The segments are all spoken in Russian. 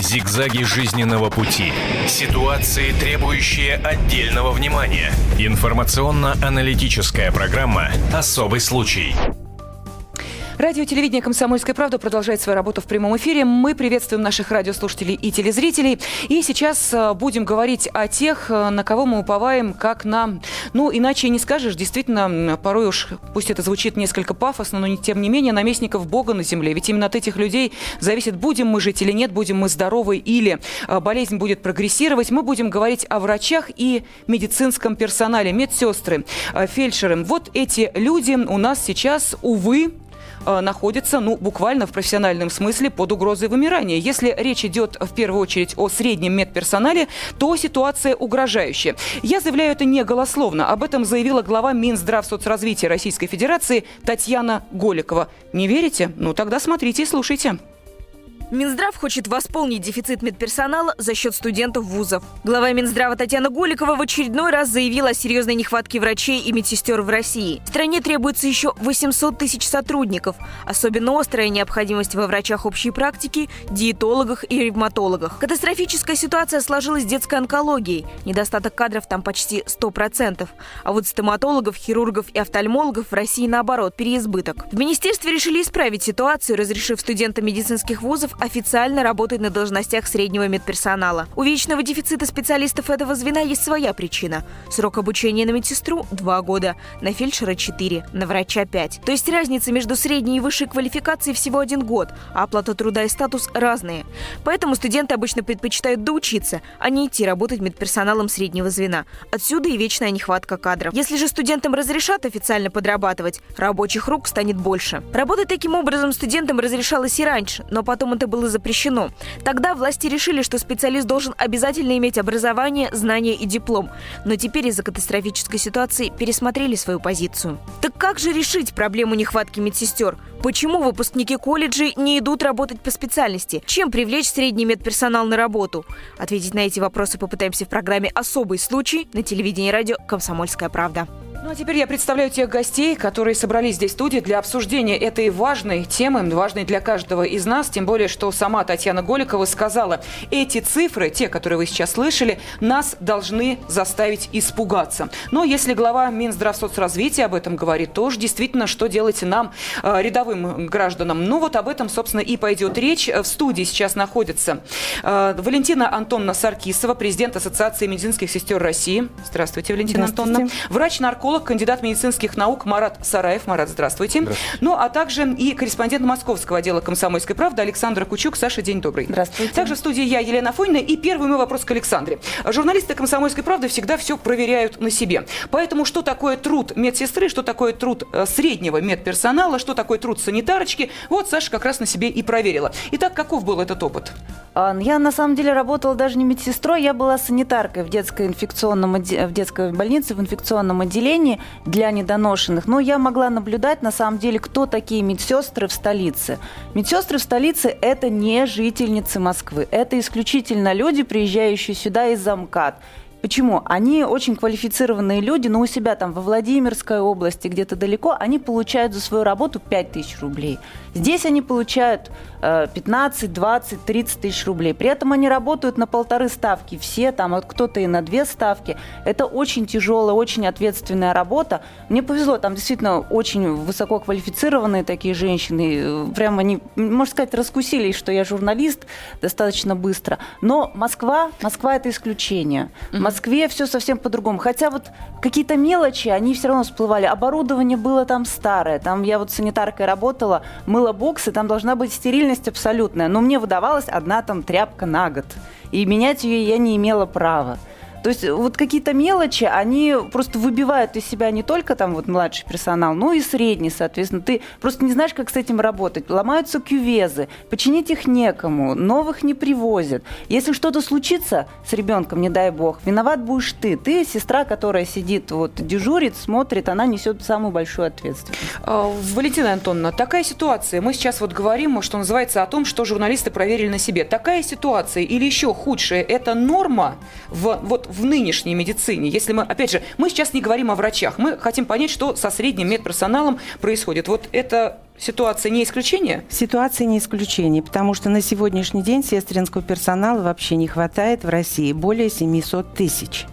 Зигзаги жизненного пути. Ситуации, требующие отдельного внимания. Информационно-аналитическая программа «Особый случай». Радио телевидение «Комсомольская правда» продолжает свою работу в прямом эфире. Мы приветствуем наших радиослушателей и телезрителей. И сейчас будем говорить о тех, на кого мы уповаем, как на... иначе и не скажешь. Действительно, порой уж, пусть это звучит несколько пафосно, но тем не менее, наместников Бога на земле. Ведь именно от этих людей зависит, будем мы жить или нет, будем мы здоровы или болезнь будет прогрессировать. Мы будем говорить о врачах и медицинском персонале, медсестры, фельдшеры. Вот эти люди у нас сейчас, увы, находится, буквально в профессиональном смысле под угрозой вымирания. Если речь идет в первую очередь о среднем медперсонале, то ситуация угрожающая. Я заявляю это не голословно. Об этом заявила глава Минздравсоцразвития Российской Федерации Татьяна Голикова. Не верите? Тогда смотрите и слушайте. Минздрав хочет восполнить дефицит медперсонала за счет студентов вузов. Глава Минздрава Татьяна Голикова в очередной раз заявила о серьезной нехватке врачей и медсестер в России. Стране требуется еще 800 тысяч сотрудников. Особенно острая необходимость во врачах общей практики, диетологах и ревматологах. Катастрофическая ситуация сложилась с детской онкологией. Недостаток кадров там почти 100%. А вот стоматологов, хирургов и офтальмологов в России, наоборот, переизбыток. В министерстве решили исправить ситуацию, разрешив студентам медицинских вузов официально работать на должностях среднего медперсонала. У вечного дефицита специалистов этого звена есть своя причина. Срок обучения на медсестру – 2 года, на фельдшера – 4, на врача – 5. То есть разница между средней и высшей квалификацией всего 1 год, а оплата труда и статус разные. Поэтому студенты обычно предпочитают доучиться, а не идти работать медперсоналом среднего звена. Отсюда и вечная нехватка кадров. Если же студентам разрешат официально подрабатывать, рабочих рук станет больше. Работать таким образом студентам разрешалось и раньше, но потом это было запрещено. Тогда власти решили, что специалист должен обязательно иметь образование, знания и диплом. Но теперь из-за катастрофической ситуации пересмотрели свою позицию. Так как же решить проблему нехватки медсестер? Почему выпускники колледжей не идут работать по специальности? Чем привлечь средний медперсонал на работу? Ответить на эти вопросы попытаемся в программе «Особый случай» на телевидении и радио «Комсомольская правда». А теперь я представляю тех гостей, которые собрались здесь в студии для обсуждения этой важной темы, важной для каждого из нас, тем более, что сама Татьяна Голикова сказала, эти цифры, те, которые вы сейчас слышали, нас должны заставить испугаться. Но если глава Минздравсоцразвития об этом говорит, то уж действительно, что делать нам, рядовым гражданам? Об этом, собственно, и пойдет речь. В студии сейчас находится Валентина Антоновна Саркисова, президент Ассоциации медицинских сестер России. Здравствуйте, Валентина Антоновна. Врач-нарколог, кандидат медицинских наук Марат Сараев. Марат, здравствуйте. Здравствуйте. А также и корреспондент московского отдела «Комсомольской правды» Александра Кучук. Саша, день добрый. Здравствуйте. Также в студии я, Елена Афонина. И первый мой вопрос к Александре. Журналисты «Комсомольской правды» всегда все проверяют на себе. Поэтому что такое труд медсестры, что такое труд среднего медперсонала, что такое труд санитарочки, Саша как раз на себе и проверила. Итак, каков был этот опыт? Я, на самом деле, работала даже не медсестрой, я была санитаркой в детской больнице, в инфекционном отделении для недоношенных. Но я могла наблюдать, на самом деле, кто такие медсестры в столице. Медсестры в столице – это не жительницы Москвы. Это исключительно люди, приезжающие сюда из-за МКАД. Почему? Они очень квалифицированные люди, но у себя там во Владимирской области, где-то далеко, они получают за свою работу 5000 рублей. Здесь они получают 15, 20, 30 тысяч рублей. При этом они работают на 1,5 ставки. Все там, кто-то и на 2 ставки. Это очень тяжелая, очень ответственная работа. Мне повезло, там действительно очень высококвалифицированные такие женщины. Прямо они, можно сказать, раскусили, что я журналист достаточно быстро. Но Москва это исключение. В Москве все совсем по-другому. Хотя какие-то мелочи, они все равно всплывали. Оборудование было там старое. Там я санитаркой работала, мыла боксы, там должна быть стерильность абсолютная. Но мне выдавалась одна тряпка на год. И менять ее я не имела права. То есть какие-то мелочи, они просто выбивают из себя не только младший персонал, но и средний, соответственно. Ты просто не знаешь, как с этим работать. Ломаются кювезы, починить их некому, новых не привозят. Если что-то случится с ребенком, не дай бог, виноват будешь ты. Ты сестра, которая сидит, дежурит, смотрит, она несет самую большую ответственность. Валентина Антоновна, такая ситуация. Мы сейчас говорим, что называется, о том, что журналисты проверили на себе. Такая ситуация или еще худшая, это норма в в нынешней медицине? Если мы, опять же, мы сейчас не говорим о врачах, мы хотим понять, что со средним медперсоналом происходит. Вот это ситуация не исключение? Ситуация не исключение, потому что на сегодняшний день сестринского персонала вообще не хватает в России более 700 тысяч.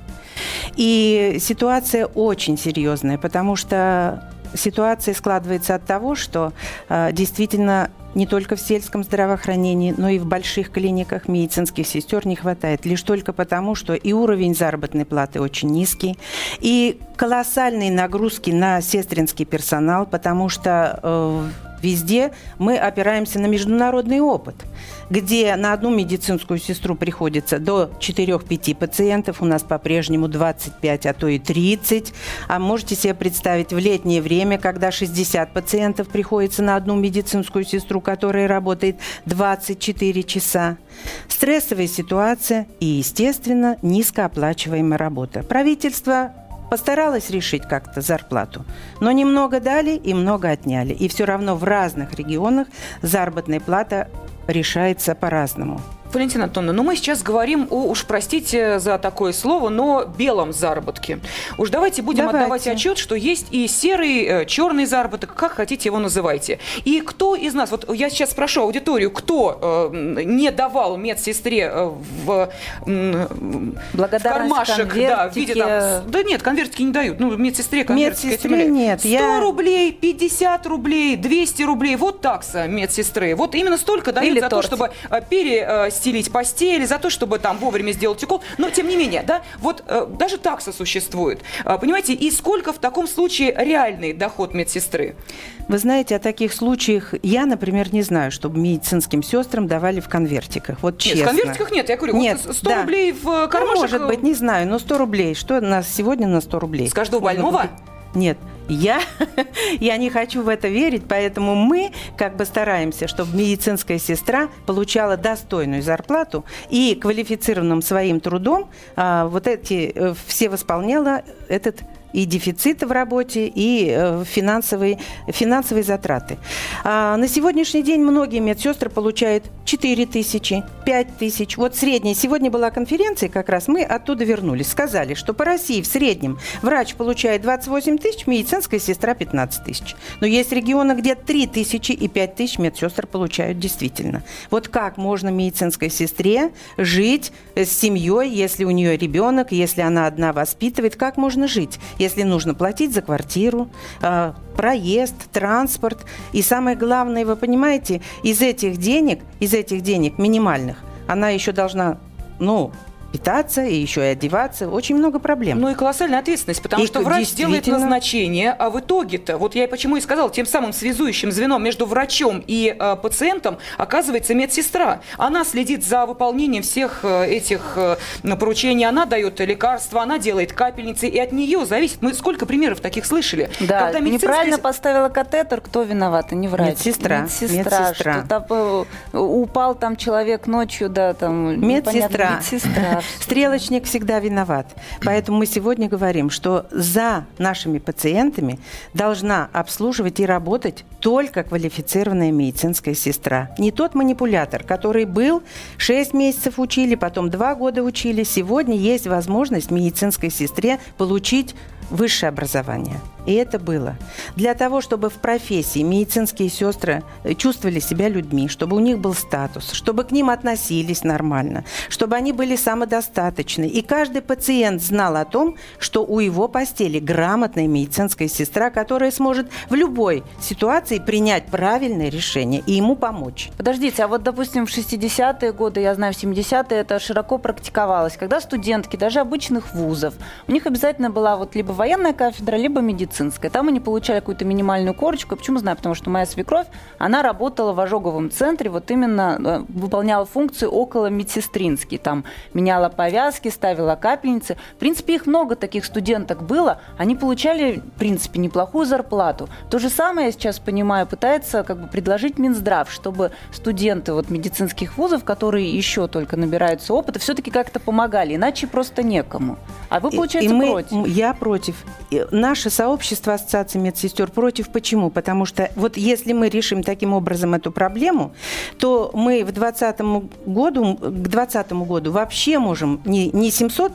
И ситуация очень серьезная, потому что ситуация складывается от того, что действительно не только в сельском здравоохранении, но и в больших клиниках медицинских сестер не хватает. Лишь только потому, что и уровень заработной платы очень низкий, и колоссальные нагрузки на сестринский персонал, потому что везде мы опираемся на международный опыт, где на одну медицинскую сестру приходится до 4-5 пациентов, у нас по-прежнему 25, а то и 30. А можете себе представить в летнее время, когда 60 пациентов приходится на одну медицинскую сестру, которая работает 24 часа. Стрессовая ситуация и, естественно, низкооплачиваемая работа. Правительство постаралась решить как-то зарплату, но немного дали и много отняли. И все равно в разных регионах заработная плата решается по-разному. Валентина Антоновна, мы сейчас говорим о, уж простите за такое слово, но белом заработке. Уж давайте будем отдавать отчет, что есть и серый, черный заработок, как хотите его называйте. И кто из нас, вот я сейчас спрошу аудиторию, кто не давал медсестре в кармашек, да, в виде там, да нет, конвертики не дают, медсестре конвертики. Медсестре нет. 100 рублей, 50 рублей, 200 рублей, вот такса медсестры. Вот именно столько дают за то, чтобы стелить постели, за то, чтобы там вовремя сделать укол. Но, тем не менее, да, вот даже такса существует. Понимаете, и сколько в таком случае реальный доход медсестры? Вы знаете, о таких случаях я, например, не знаю, чтобы медицинским сестрам давали в конвертиках. Вот честно. Нет, в конвертиках нет, я говорю, нет, вот 100 рублей в кармашек. Может быть, не знаю, но 100 рублей. Что у нас сегодня на 100 рублей? С каждого больного? Нет. Я не хочу в это верить, поэтому мы как бы стараемся, чтобы медицинская сестра получала достойную зарплату и квалифицированным своим трудом вот эти все восполняла этот и дефицит в работе, и финансовые затраты. На сегодняшний день многие медсестры получают 4 тысячи, 5 тысяч. Вот средняя. Сегодня была конференция, как раз мы оттуда вернулись. Сказали, что по России в среднем врач получает 28 тысяч, медицинская сестра 15 тысяч. Но есть регионы, где 3 тысячи и 5 тысяч медсестр получают действительно. Вот как можно медицинской сестре жить с семьей, если у нее ребенок, если она одна воспитывает, как можно жить? Если нужно платить за квартиру, проезд, транспорт. И самое главное, вы понимаете, из этих денег минимальных, она еще должна, питаться и еще и одеваться. Очень много проблем. Ну и колоссальная ответственность, потому что врач делает назначение, а в итоге-то, вот я почему и сказала, тем самым связующим звеном между врачом и пациентом оказывается медсестра. Она следит за выполнением всех этих поручений, она дает лекарства, она делает капельницы, и от нее зависит. Мы сколько примеров таких слышали? Да, когда неправильно поставила катетер, кто виноват? Не врач. Медсестра. Что-то упал там человек ночью, да, там... Медсестра. Стрелочник всегда виноват. Поэтому мы сегодня говорим, что за нашими пациентами должна обслуживать и работать только квалифицированная медицинская сестра. Не тот манипулятор, который был, 6 месяцев учили, потом 2 года учили. Сегодня есть возможность медицинской сестре получить высшее образование. И это было. Для того, чтобы в профессии медицинские сестры чувствовали себя людьми, чтобы у них был статус, чтобы к ним относились нормально, чтобы они были самодостаточны. И каждый пациент знал о том, что у его постели грамотная медицинская сестра, которая сможет в любой ситуации принять правильное решение и ему помочь. Подождите, а вот, допустим, в 60-е годы, я знаю, в 70-е это широко практиковалось, когда студентки, даже обычных вузов, у них обязательно была вот либо военная кафедра, либо медицинская. Там они получали какую-то минимальную корочку. Почему знаю? Потому что моя свекровь, она работала в ожоговом центре, вот именно выполняла функции около медсестринские. Там меняла повязки, ставила капельницы. В принципе, их много таких студенток было. Они получали, в принципе, неплохую зарплату. То же самое, я сейчас понимаю, пытается как бы предложить Минздрав, чтобы студенты вот медицинских вузов, которые еще только набираются опыта, все-таки как-то помогали. Иначе просто некому. А вы, получается, против? Я против. Наше сообщество Ассоциации медсестер против. Почему? Потому что вот если мы решим таким образом эту проблему, то мы к 2020 году вообще можем не 700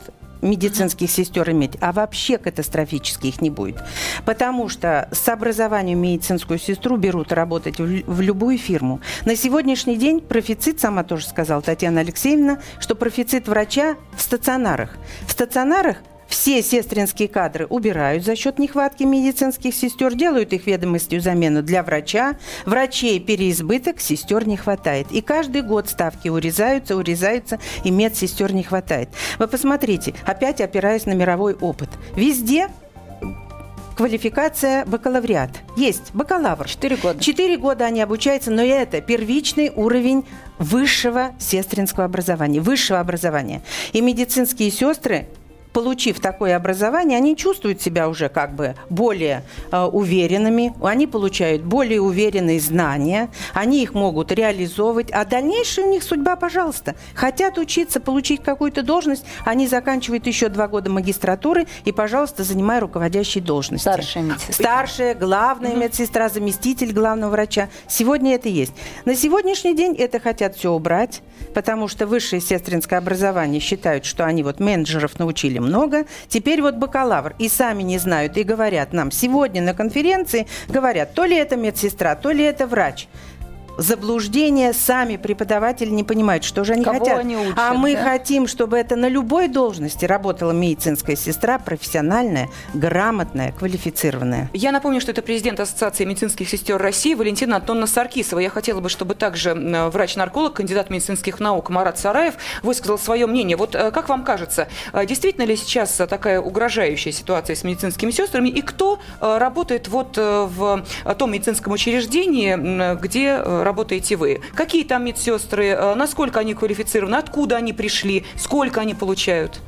медицинских сестер иметь, а вообще катастрофически их не будет. Потому что с образованием медицинскую сестру берут работать в любую фирму. На сегодняшний день профицит, сама тоже сказала Татьяна Алексеевна, что профицит врача в стационарах. В стационарах все сестринские кадры убирают за счет нехватки медицинских сестер, делают их ведомостью замену для врача. Врачей переизбыток, сестер не хватает. И каждый год ставки урезаются, и медсестер не хватает. Вы посмотрите, опять опираясь на мировой опыт. Везде квалификация бакалавриат. Есть бакалавр. 4 года. 4 года они обучаются, но это первичный уровень высшего сестринского образования, высшего образования. И медицинские сестры, получив такое образование, они чувствуют себя уже как бы более уверенными, они получают более уверенные знания, они их могут реализовывать, а дальнейшая у них судьба, пожалуйста. Хотят учиться, получить какую-то должность, они заканчивают еще 2 года магистратуры и, пожалуйста, занимая руководящие должности. Старшая медсестра. Старшая, главная медсестра, заместитель главного врача. Сегодня это есть. На сегодняшний день это хотят все убрать, потому что высшее сестринское образование считают, что они вот менеджеров научили много. Теперь вот бакалавр. И сами не знают, и говорят нам сегодня на конференции, говорят, то ли это медсестра, то ли это врач. Заблуждение, сами преподаватели не понимают, что же они Кого хотят. они учат, а мы да? хотим, чтобы это на любой должности работала медицинская сестра, профессиональная, грамотная, квалифицированная. Я напомню, что это президент Ассоциации медицинских сестер России Валентина Антоновна Саркисова. Я хотела бы, чтобы также врач-нарколог, кандидат медицинских наук Марат Сараев высказал свое мнение. Вот как вам кажется, действительно ли сейчас такая угрожающая ситуация с медицинскими сестрами, и кто работает вот в том медицинском учреждении, где работаете вы? Какие там медсестры, насколько они квалифицированы, откуда они пришли, сколько они получают?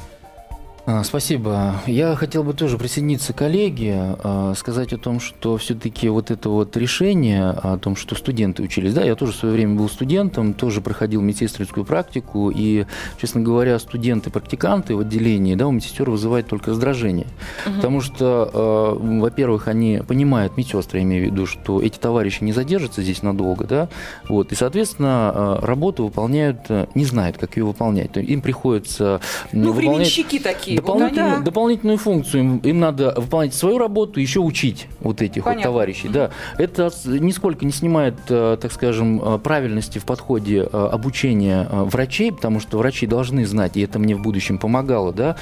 Спасибо. Я хотел бы тоже присоединиться к коллеге, сказать о том, что все-таки вот это вот решение о том, что студенты учились, да, я тоже в свое время был студентом, тоже проходил медсестринскую практику, и, честно говоря, студенты-практиканты в отделении, да, у медсестер вызывают только раздражение, потому что, во-первых, они понимают, медсестры, я имею в виду, что эти товарищи не задержатся здесь надолго, да, вот, и, соответственно, работу выполняют, не знают, как ее выполнять, им приходится выполнять... временщики такие. Дополнительную функцию. Им надо выполнять свою работу, еще учить вот этих вот товарищей. Да. Это нисколько не снимает, так скажем, правильности в подходе обучения врачей, потому что врачи должны знать, и это мне в будущем помогало, да,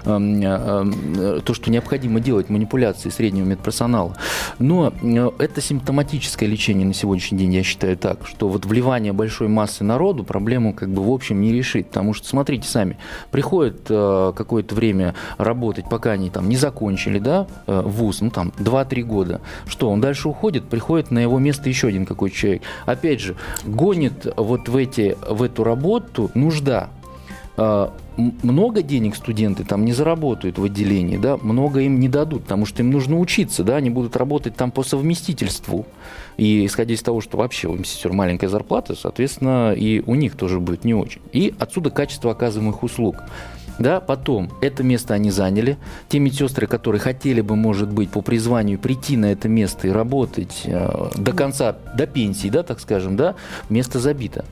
то, что необходимо делать манипуляции среднего медперсонала. Но это симптоматическое лечение на сегодняшний день, я считаю так, что вот вливание большой массы народу проблему как бы в общем не решит. Потому что, смотрите сами, приходит какое-то время работать, пока они там не закончили, да, вуз, ну там 2-3 года. Что, он дальше уходит, приходит на его место еще один какой-то человек. Опять же, гонит вот в эту работу нужда. Много денег студенты там не заработают в отделении, да, много им не дадут, потому что им нужно учиться, да, они будут работать там по совместительству. И исходя из того, что вообще у медсестер маленькая зарплата, соответственно, и у них тоже будет не очень. И отсюда качество оказываемых услуг. Да, потом это место они заняли. Те медсестры, которые хотели бы, может быть, по призванию прийти на это место и работать до конца, до пенсии, да, так скажем, да, место забито.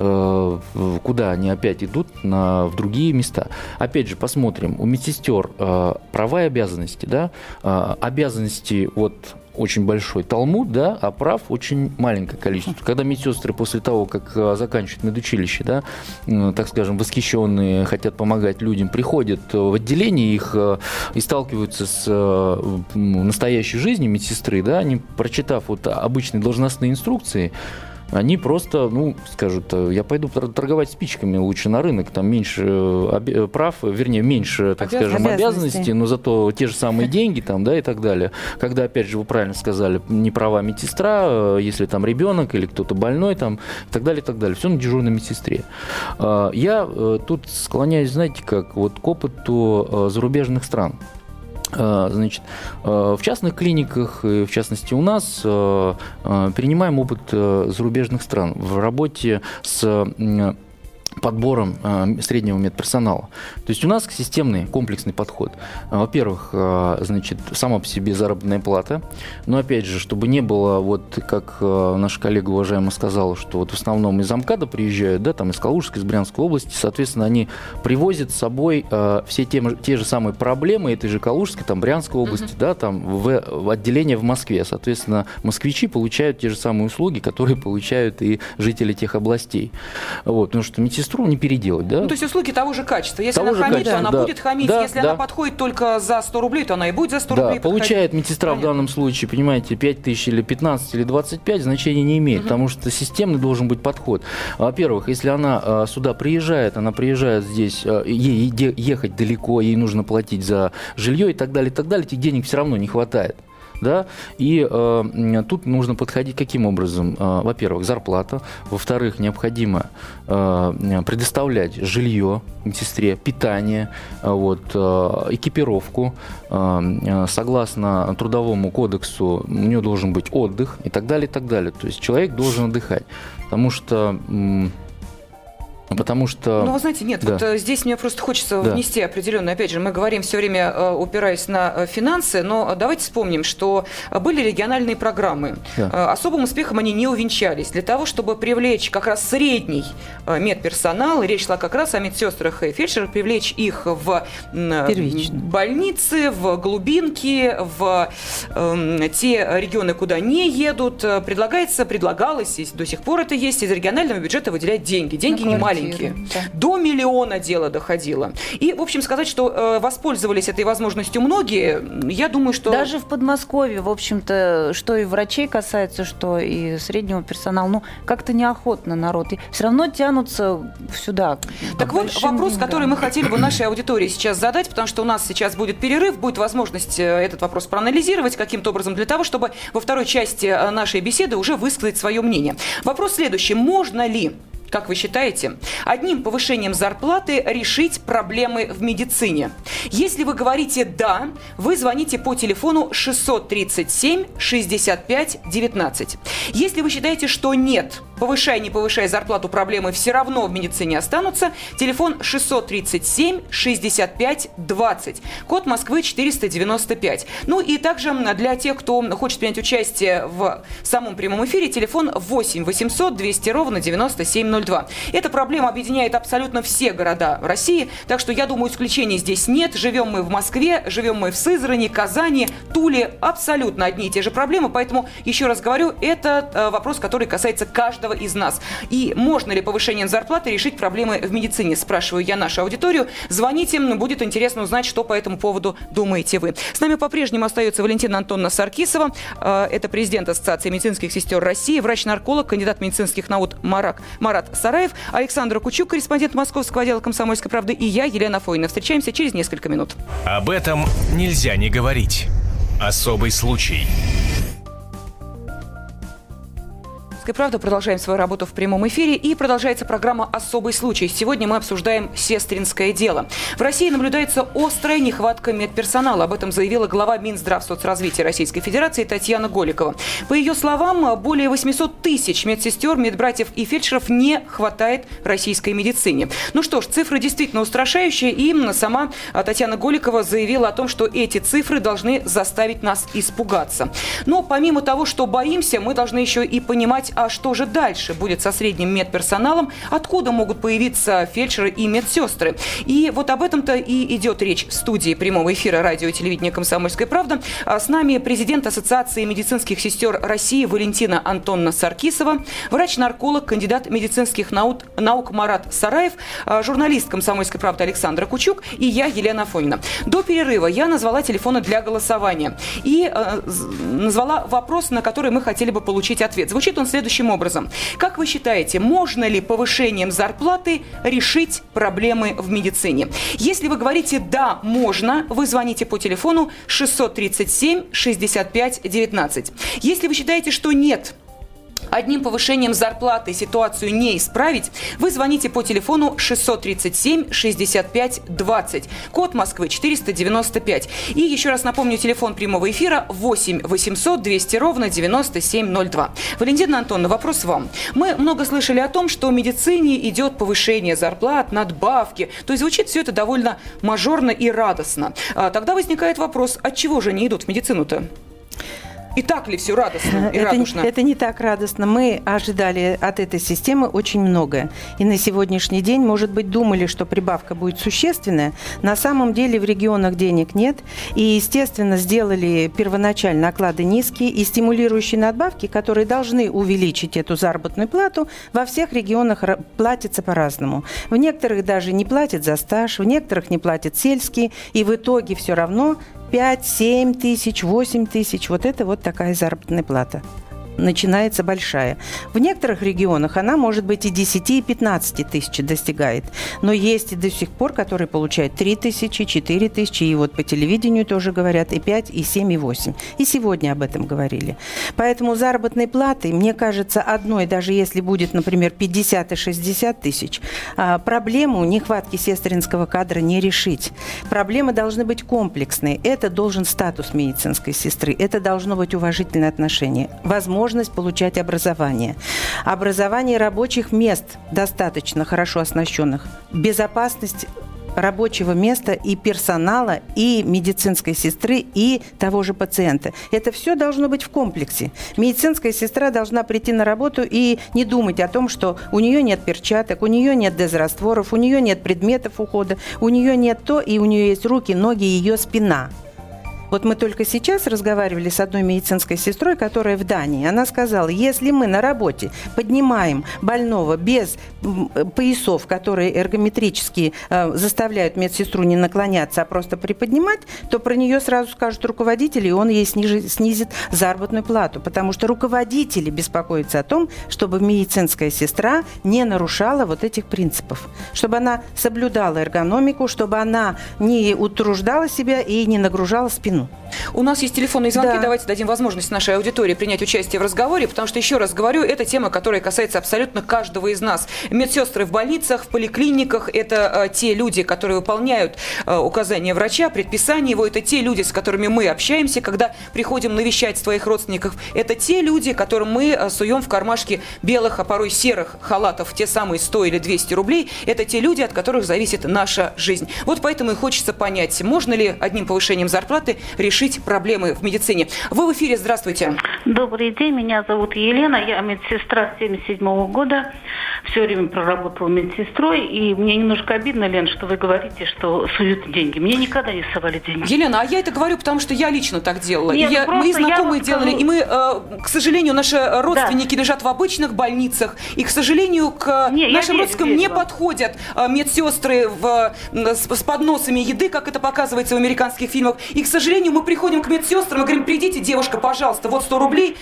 Куда они опять идут? В другие места. Опять же, посмотрим. У медсестер права и обязанности, да, обязанности от очень большой талмуд, да, а прав очень маленькое количество. Когда медсестры после того, как заканчивают медучилище, да, так скажем, восхищенные, хотят помогать людям, приходят в отделение их и сталкиваются с настоящей жизнью медсестры, да, они, прочитав вот обычные должностные инструкции, они просто, скажут, я пойду торговать спичками лучше на рынок, там меньше прав, вернее, меньше, так скажем, обязанностей, но зато те же самые деньги там, да, и так далее. Когда, опять же, вы правильно сказали, не права медсестра, если там ребенок или кто-то больной там, и так далее, и так далее. Все на дежурной медсестре. Я тут склоняюсь, знаете, как вот к опыту зарубежных стран. Значит, в частных клиниках, в частности у нас, перенимаем опыт зарубежных стран в работе с подбором среднего медперсонала. То есть у нас системный, комплексный подход. Во-первых, значит, сама по себе заработная плата, но опять же, чтобы не было, вот как наша коллега уважаемая сказала, что вот в основном из МКАДа приезжают, да, там из Калужской, из Брянской области, соответственно, они привозят с собой все те же самые проблемы этой же Калужской, там, Брянской области, да, там, в отделение в Москве. Соответственно, москвичи получают те же самые услуги, которые получают и жители тех областей. Вот, потому что медсестру не переделать, да? Ну, то есть услуги того же качества. Если она хамит, то она будет хамить. Если она подходит только за 100 рублей, то она и будет за 100 рублей подходить. Получает медсестра в данном случае, понимаете, 5 тысяч или 15 или 25, значения не имеет, потому что системный должен быть подход. Во-первых, если она сюда приезжает, она приезжает здесь, ей ехать далеко, ей нужно платить за жилье и так далее, этих денег все равно не хватает. Да? И тут нужно подходить каким образом? Во-первых, зарплата. Во-вторых, необходимо предоставлять жилье медсестре, питание, вот, экипировку. Согласно Трудовому кодексу у нее должен быть отдых и так далее, и так далее. То есть человек должен отдыхать. Потому что... Ну, вы знаете, нет, вот здесь мне просто хочется внести определенно, опять же, мы говорим все время, упираясь на финансы, но давайте вспомним, что были региональные программы. Особым успехом они не увенчались. Для того, чтобы привлечь как раз средний медперсонал, речь шла как раз о медсестрах и фельдшерах, привлечь их в больницы, в глубинки, в те регионы, куда не едут, предлагалось, и до сих пор это есть, из регионального бюджета выделять деньги. Деньги не маленькие. До 1 миллиона дело доходило. И, в общем, сказать, что воспользовались этой возможностью многие, я думаю, что... Даже в Подмосковье, в общем-то, что и врачей касается, что и среднего персонала, ну, как-то неохотно народ. И все равно тянутся сюда. Так вот, вопрос, который мы хотели бы нашей аудитории сейчас задать, потому что у нас сейчас будет перерыв, будет возможность этот вопрос проанализировать каким-то образом для того, чтобы во второй части нашей беседы уже высказать свое мнение. Вопрос следующий. Можно ли, как вы считаете, одним повышением зарплаты решить проблемы в медицине? Если вы говорите «да», вы звоните по телефону 637 65 19. Если вы считаете, что «нет», повышай, не повышай зарплату, проблемы все равно в медицине останутся, телефон 637 65 20, код Москвы 495. Ну и также для тех, кто хочет принять участие в самом прямом эфире, телефон 8 800 200 ровно 9702. Эта проблема объединяет абсолютно все города России, так что, я думаю, исключений здесь нет. Живем мы в Москве, живем мы в Сызрани, Казани, Туле. Абсолютно одни и те же проблемы, поэтому, еще раз говорю, это вопрос, который касается каждого из нас. И можно ли повышением зарплаты решить проблемы в медицине, спрашиваю я нашу аудиторию. Звоните, будет интересно узнать, что по этому поводу думаете вы. С нами по-прежнему остается Валентина Антоновна Саркисова, это президент Ассоциации медицинских сестер России, врач-нарколог, кандидат медицинских наук Марат Сараев, Александр Кучук, корреспондент Московского отдела «Комсомольской правды», и я, Елена Фойна. Встречаемся через несколько минут. Об этом нельзя не говорить. Особый случай. «Правда». Продолжаем свою работу в прямом эфире. И продолжается программа «Особый случай». Сегодня мы обсуждаем сестринское дело. В России наблюдается острая нехватка медперсонала. Об этом заявила глава Минздравсоцразвития Российской Федерации Татьяна Голикова. По ее словам, более 800 тысяч медсестер, медбратьев и фельдшеров не хватает российской медицине. Ну что ж, цифры действительно устрашающие. И сама Татьяна Голикова заявила о том, что эти цифры должны заставить нас испугаться. Но помимо того, что боимся, мы должны еще и понимать, а что же дальше будет со средним медперсоналом, откуда могут появиться фельдшеры и медсестры. И вот об этом-то и идет речь в студии прямого эфира радио и телевидения «Комсомольская правда». С нами президент Ассоциации медицинских сестер России Валентина Антоновна Саркисова, врач-нарколог, кандидат медицинских наук Марат Сараев, журналист «Комсомольской правды» Александр Кучук и я, Елена Фойна. До перерыва я назвала телефоны для голосования и назвала вопрос, на который мы хотели бы получить ответ. Звучит он следующим образом. Как вы считаете, можно ли повышением зарплаты решить проблемы в медицине? Если вы говорите «да, можно», вы звоните по телефону 637 65 19. Если вы считаете, что «нет», одним повышением зарплаты ситуацию не исправить, вы звоните по телефону 637-65-20, код Москвы 495. И еще раз напомню, телефон прямого эфира 8 800 200 ровно 9702. Валентина Антоновна, вопрос вам. Мы много слышали о том, что в медицине идет повышение зарплат, надбавки. То есть звучит все это довольно мажорно и радостно. Тогда возникает вопрос, от чего же они идут в медицину-то? И так ли все радостно и радужно? Это не так радостно. Мы ожидали от этой системы очень многое. И на сегодняшний день, может быть, думали, что прибавка будет существенная. На самом деле в регионах денег нет. И, естественно, сделали первоначально оклады низкие и стимулирующие надбавки, которые должны увеличить эту заработную плату, во всех регионах платятся по-разному. В некоторых даже не платят за стаж, в некоторых не платят сельские. И в итоге все равно 5-7 тысяч, 8 тысяч. Вот это вот такая заработная плата. Начинается большая. В некоторых регионах она может быть и 10, и 15 тысяч достигает. Но есть и до сих пор, которые получают 3 тысячи, 4 тысячи. И вот по телевидению тоже говорят и 5, и 7, и 8. И сегодня об этом говорили. Поэтому заработной платы, мне кажется, одной, даже если будет, например, 50 и 60 тысяч, проблему нехватки сестринского кадра не решить. Проблемы должны быть комплексные. Это должен статус медицинской сестры. Это должно быть уважительное отношение. Возможность получать образование. Образование рабочих мест достаточно хорошо оснащенных. Безопасность рабочего места и персонала, и медицинской сестры, и того же пациента. Это все должно быть в комплексе. Медицинская сестра должна прийти на работу и не думать о том, что у нее нет перчаток, у нее нет дезрастворов, у нее нет предметов ухода, у нее нет то, и у нее есть руки, ноги и ее спина. Вот мы только сейчас разговаривали с одной медицинской сестрой, которая в Дании. Она сказала, если мы на работе поднимаем больного без поясов, которые эргометрически заставляют медсестру не наклоняться, а просто приподнимать, то про нее сразу скажут руководители, и он ей снизит заработную плату. Потому что руководители беспокоятся о том, чтобы медицинская сестра не нарушала вот этих принципов. Чтобы она соблюдала эргономику, чтобы она не утруждала себя и не нагружала спину. У нас есть телефонные звонки. Да. Давайте дадим возможность нашей аудитории принять участие в разговоре, потому что, еще раз говорю, это тема, которая касается абсолютно каждого из нас. Медсестры в больницах, в поликлиниках – это те люди, которые выполняют указания врача, предписания его. Это те люди, с которыми мы общаемся, когда приходим навещать своих родственников. Это те люди, которым мы суем в кармашки белых, а порой серых халатов те самые 100 или 200 рублей. Это те люди, от которых зависит наша жизнь. Вот поэтому и хочется понять, можно ли одним повышением зарплаты решить проблемы в медицине. Вы в эфире, здравствуйте. Добрый день, меня зовут Елена, я медсестра с 1977 года, все время проработала медсестрой, и мне немножко обидно, Лен, что вы говорите, что суют деньги. Мне никогда не совали деньги. Елена, а я это говорю, потому что я лично так делала. Нет, Мои знакомые делали, и мы, к сожалению, наши родственники лежат в обычных больницах, и, к сожалению, к нашим родственникам не подходят медсестры с подносами еды, как это показывается в американских фильмах, и, к сожалению, мы приходим к медсестрам и говорим, придите, девушка, пожалуйста, вот 100 рублей,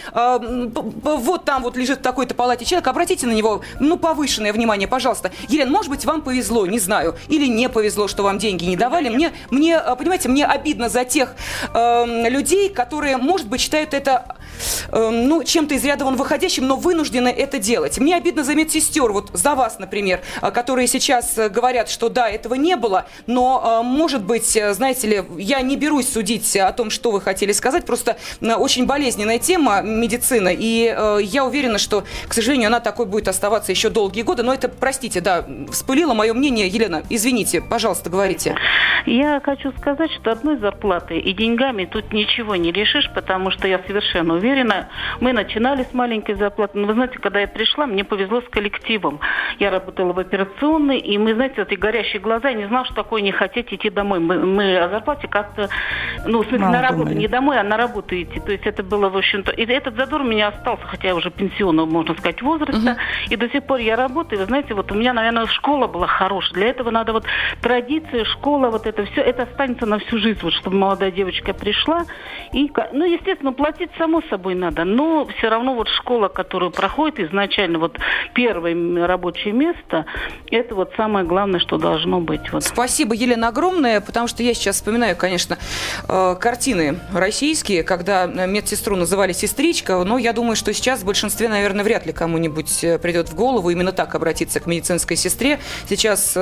вот там вот лежит в такой-то палате человек, обратите на него, повышенное внимание, пожалуйста. Елена, может быть, вам повезло, не знаю, или не повезло, что вам деньги не давали. Мне понимаете, мне обидно за тех людей, которые, может быть, считают это чем-то из ряда вон выходящим, но вынуждены это делать. Мне обидно за медсестер, вот за вас, например, которые сейчас говорят, что да, этого не было, но, может быть, знаете ли, я не берусь судить о том, что вы хотели сказать, просто очень болезненная тема медицина, и я уверена, что, к сожалению, она такой будет оставаться еще долгие годы, но это, простите, да, вспылило мое мнение. Елена, извините, пожалуйста, говорите. Я хочу сказать, что одной зарплатой и деньгами тут ничего не решишь, потому что я совершенно уверена, мы начинали с маленькой зарплаты, но вы знаете, когда я пришла, мне повезло с коллективом. Я работала в операционной, и мы, знаете, эти горящие глаза, я не знала, что такое не хотеть идти домой. Мы о зарплате как-то, в смысле, на работу, не домой, а на работу идти. То есть это было, в общем-то, и этот задор у меня остался, хотя я уже пенсионного, можно сказать, возраста, и до сих пор я работаю. Вы знаете, вот у меня, наверное, школа была хорошая. Для этого надо вот традиция, школа, вот это все, это останется на всю жизнь, вот чтобы молодая девочка пришла. И, естественно, платить само собой надо, но все равно вот школа, которую проходит изначально, вот первое рабочее место, это вот самое главное, что должно быть. Вот. Спасибо, Елена, огромное, потому что я сейчас вспоминаю, конечно, картины российские, когда медсестру называли сестричка, но я думаю, что сейчас в большинстве, наверное, вряд ли кому-нибудь придет в голову именно так обратиться к медицинской сестре. Сейчас,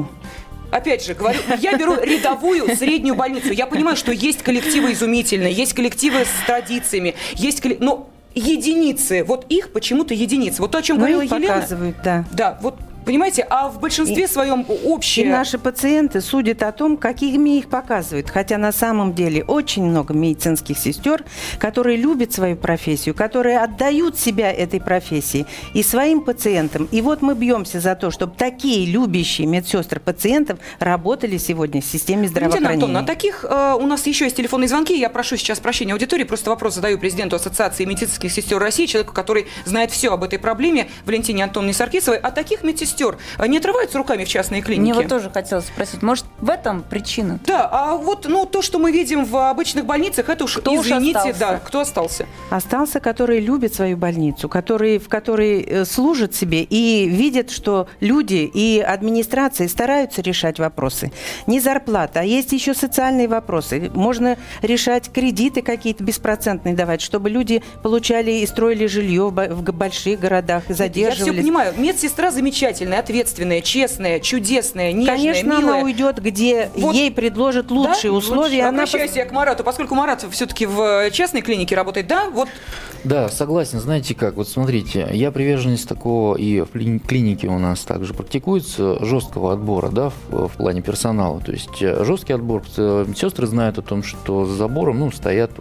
опять же, говорю, я беру рядовую среднюю больницу. Я понимаю, что есть коллективы изумительные, есть коллективы с традициями, но единицы, вот их почему-то единицы. Вот то, о чем говорила Елена. Показывают, да. Да, вот. Понимаете, а в большинстве своем общее... И наши пациенты судят о том, какими их показывают. Хотя на самом деле очень много медицинских сестер, которые любят свою профессию, которые отдают себя этой профессии и своим пациентам. И вот мы бьемся за то, чтобы такие любящие медсестры пациентов работали сегодня в системе здравоохранения. Валентина Антоновна, таких у нас еще есть телефонные звонки. Я прошу сейчас прощения аудитории. Просто вопрос задаю президенту Ассоциации медицинских сестер России, человеку, который знает все об этой проблеме, Валентине Антоновне Саркисовой. А таких медсестер не отрываются руками в частные клиники? Мне вот тоже хотелось спросить, может, в этом причина? Да, а вот то, что мы видим в обычных больницах, это уж, кто извините, кто остался? Остался, который любит свою больницу, в которой служат себе и видят, что люди и администрации стараются решать вопросы. Не зарплата, а есть еще социальные вопросы. Можно решать кредиты какие-то беспроцентные давать, чтобы люди получали и строили жилье в больших городах и задерживались. Я все понимаю. Медсестра замечательная, ответственная, честная, чудесная, нежная, конечно, милая. Она уйдет, где ей предложат лучшие условия. Обращаюсь я к Марату, поскольку Марат все-таки в частной клинике работает, да? Вот. Да, согласен. Знаете как, вот смотрите, я приверженец такого, и в клинике у нас также практикуется, жесткого отбора, да, в плане персонала. То есть жесткий отбор. Медсестры знают о том, что за забором, стоят,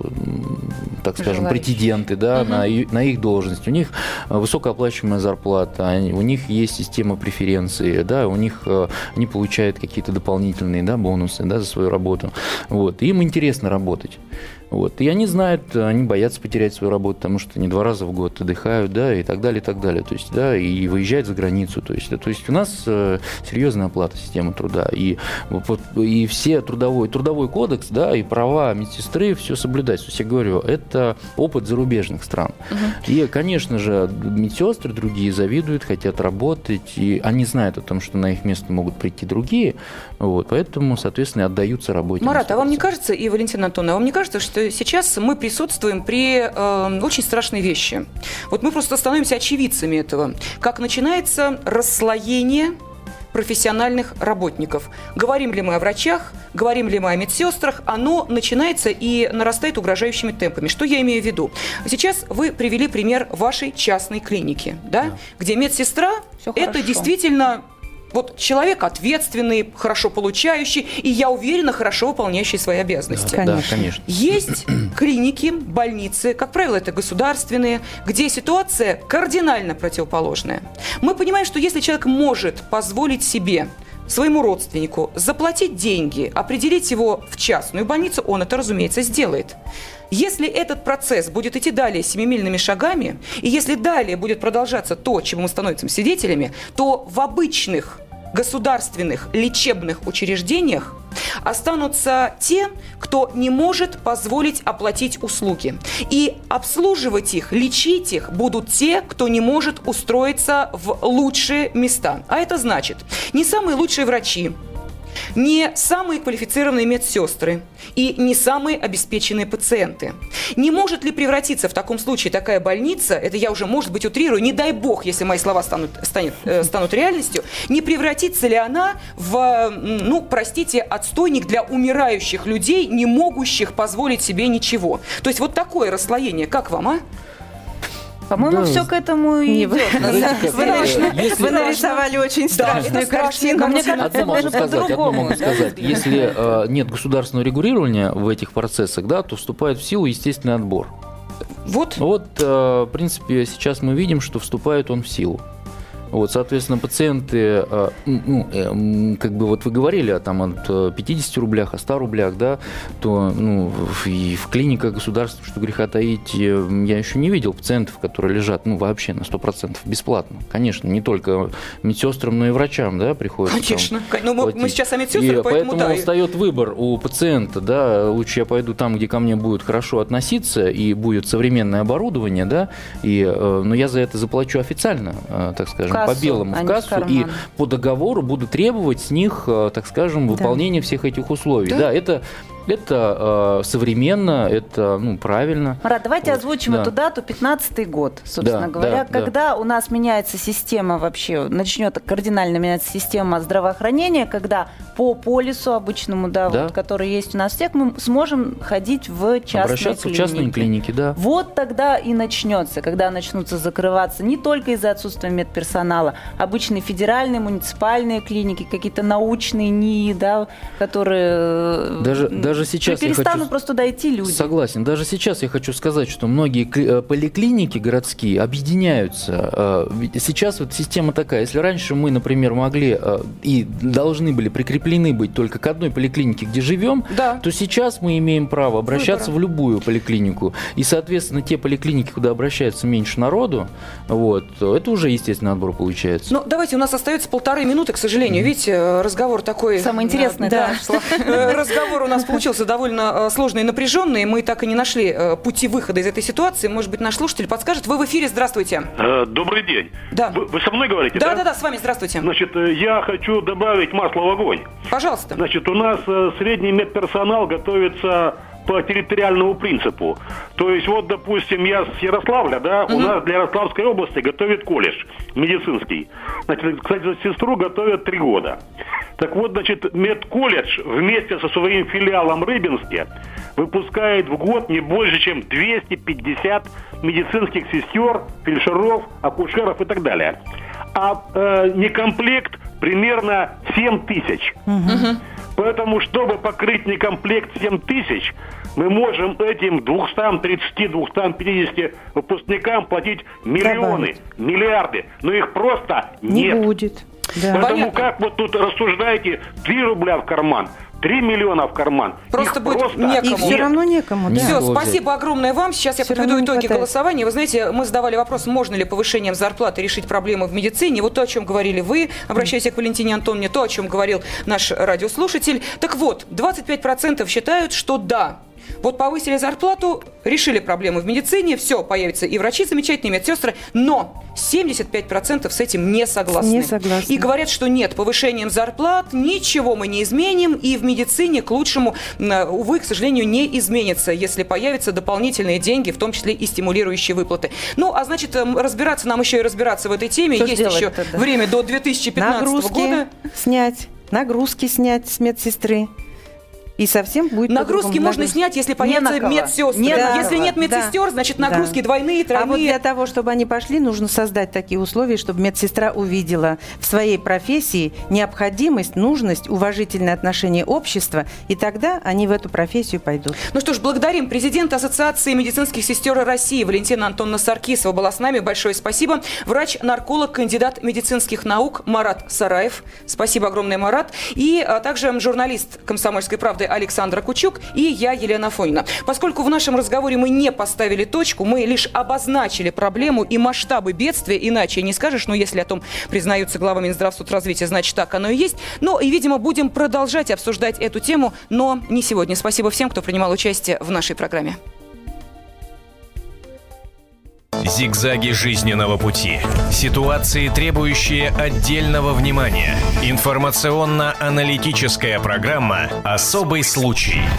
так скажем, претенденты, да, на их должность. У них высокооплачиваемая зарплата, у них есть система преференций, да, у них они получают какие-то дополнительные, да, бонусы, да, за свою работу. Вот. И им интересно работать. Вот. И они знают, они боятся потерять свою работу, потому что они 2 раза в год отдыхают, да, и так далее, и так далее. То есть, да, и выезжают за границу. То есть у нас серьезная оплата системы труда. И все трудовой кодекс, да, и права медсестры, все соблюдать. То есть я говорю, это опыт зарубежных стран. И, конечно же, медсестры другие завидуют, хотят работать, и они знают о том, что на их место могут прийти другие, вот, поэтому, соответственно, отдаются работе. Марат, а вам не кажется, и Валентина Антоновна, вам не кажется, что сейчас мы присутствуем при очень страшной вещи? Вот мы просто становимся очевидцами этого. Как начинается расслоение профессиональных работников. Говорим ли мы о врачах, говорим ли мы о медсестрах, оно начинается и нарастает угрожающими темпами. Что я имею в виду? Сейчас вы привели пример вашей частной клиники, да? Где медсестра – это действительно... Вот человек ответственный, хорошо получающий, и, я уверена, хорошо выполняющий свои обязанности. Да, конечно. Есть клиники, больницы, как правило, это государственные, где ситуация кардинально противоположная. Мы понимаем, что если человек может позволить себе, своему родственнику, заплатить деньги, определить его в частную больницу, он это, разумеется, сделает. Если этот процесс будет идти далее семимильными шагами, и если далее будет продолжаться то, чему мы становимся свидетелями, то в обычных государственных лечебных учреждениях останутся те, кто не может позволить оплатить услуги. И обслуживать их, лечить их будут те, кто не может устроиться в лучшие места. А это значит, не самые лучшие врачи, не самые квалифицированные медсестры и не самые обеспеченные пациенты. Не может ли превратиться в таком случае такая больница, это я уже, может быть, утрирую, не дай бог, если мои слова станут реальностью, не превратится ли она в, простите, отстойник для умирающих людей, не могущих позволить себе ничего? То есть вот такое расслоение, как вам, а? По-моему, все к этому и идет. Вы нарисовали очень страшную картину. Мне кажется, одно могу сказать. Если нет государственного регулирования в этих процессах, да, то вступает в силу естественный отбор. Вот, в принципе, сейчас мы видим, что вступает он в силу. Вот, соответственно, пациенты, вот вы говорили от 50 рублях, о 100 рублях, да, то и в клиниках государственных, что греха таить, я еще не видел пациентов, которые лежат вообще на 100% бесплатно. Конечно, не только медсестрам, но и врачам, да, приходится. Конечно. Мы сейчас о медсестрах, поэтому встает выбор у пациента, да, лучше я пойду там, где ко мне будут хорошо относиться и будет современное оборудование, да, но я за это заплачу официально, так скажем, по белому в кассу, и по договору буду требовать с них, так скажем, выполнения всех этих условий. Да, это Это современно, это правильно. Марат, давайте озвучим эту дату, 15-й год, собственно говоря. Когда у нас меняется система вообще, начнет кардинально меняться система здравоохранения, когда по полису обычному, который есть у нас всех, мы сможем ходить в частные обращаться клиники. В частные клиники, да. Вот тогда и начнется, когда начнутся закрываться не только из-за отсутствия медперсонала, обычные федеральные, муниципальные клиники, какие-то научные НИИ, которые даже сейчас перестанут просто туда идти люди. Согласен. Даже сейчас я хочу сказать, что многие поликлиники городские объединяются. Сейчас вот система такая. Если раньше мы, например, могли и должны были прикреплены быть только к одной поликлинике, где живем, то сейчас мы имеем право обращаться в любую поликлинику. И, соответственно, те поликлиники, куда обращается меньше народу, это уже естественный отбор получается. Ну, давайте, у нас остается 1,5 минуты, к сожалению. Видите, разговор такой... Самое интересное, разговор у нас получился довольно сложный и напряженный. Мы так и не нашли пути выхода из этой ситуации. Может быть, наш слушатель подскажет. Вы в эфире, здравствуйте. Добрый день. Да. Вы со мной говорите, да? Да, с вами, здравствуйте. Значит, я хочу добавить масло в огонь. Пожалуйста. Значит, у нас средний медперсонал готовится по территориальному принципу. То есть, допустим, я с Ярославля, у нас для Ярославской области готовит колледж медицинский. Значит, кстати, сестру готовят 3 года. Так вот, значит, медколледж вместе со своим филиалом Рыбинске выпускает в год не больше, чем 250 медицинских сестер, фельдшеров, акушеров и так далее. А некомплект примерно 7 тысяч. Поэтому, чтобы покрыть некомплект 7 тысяч, мы можем этим 230-250 выпускникам платить миллионы, миллиарды. Но их просто нет. Не будет. Да. Поэтому как вот тут рассуждаете, 3 рубля в карман, 3 миллиона в карман. Просто будет некому. И все равно некому. Да. Все, спасибо огромное вам. Сейчас я подведу итоги голосования. Вы знаете, мы задавали вопрос, можно ли повышением зарплаты решить проблемы в медицине. Вот то, о чем говорили вы, обращаясь к Валентине Антоновне, то, о чем говорил наш радиослушатель. Так вот, 25% считают, что да. Вот повысили зарплату, решили проблемы в медицине, все, появятся и врачи замечательные, и медсестры, но 75% с этим не согласны. Не согласны. И говорят, что нет, повышением зарплат ничего мы не изменим, и в медицине к лучшему, увы, к сожалению, не изменится, если появятся дополнительные деньги, в том числе и стимулирующие выплаты. Ну, а значит, разбираться нам еще и разбираться в этой теме. Что есть еще время до 2015 года. Нагрузки снять с медсестры. И совсем будет нагрузки можно снять, если появятся медсестры. Если нет медсестер, значит нагрузки двойные, тройные. А вот для того, чтобы они пошли, нужно создать такие условия, чтобы медсестра увидела в своей профессии необходимость, нужность, уважительное отношение общества, и тогда они в эту профессию пойдут. Ну что ж, благодарим президента Ассоциации медицинских сестер России Валентина Антоновна Саркисова была с нами. Большое спасибо. Врач-нарколог, кандидат медицинских наук Марат Сараев. Спасибо огромное, Марат. И также журналист «Комсомольской правды» Александра Кучук и я, Елена Афонина. Поскольку в нашем разговоре мы не поставили точку, мы лишь обозначили проблему и масштабы бедствия, иначе не скажешь, но если о том признаются глава Минздравсоцразвития, значит так оно и есть. Ну и, видимо, будем продолжать обсуждать эту тему, но не сегодня. Спасибо всем, кто принимал участие в нашей программе. Зигзаги жизненного пути. Ситуации, требующие отдельного внимания. Информационно-аналитическая программа «Особый случай».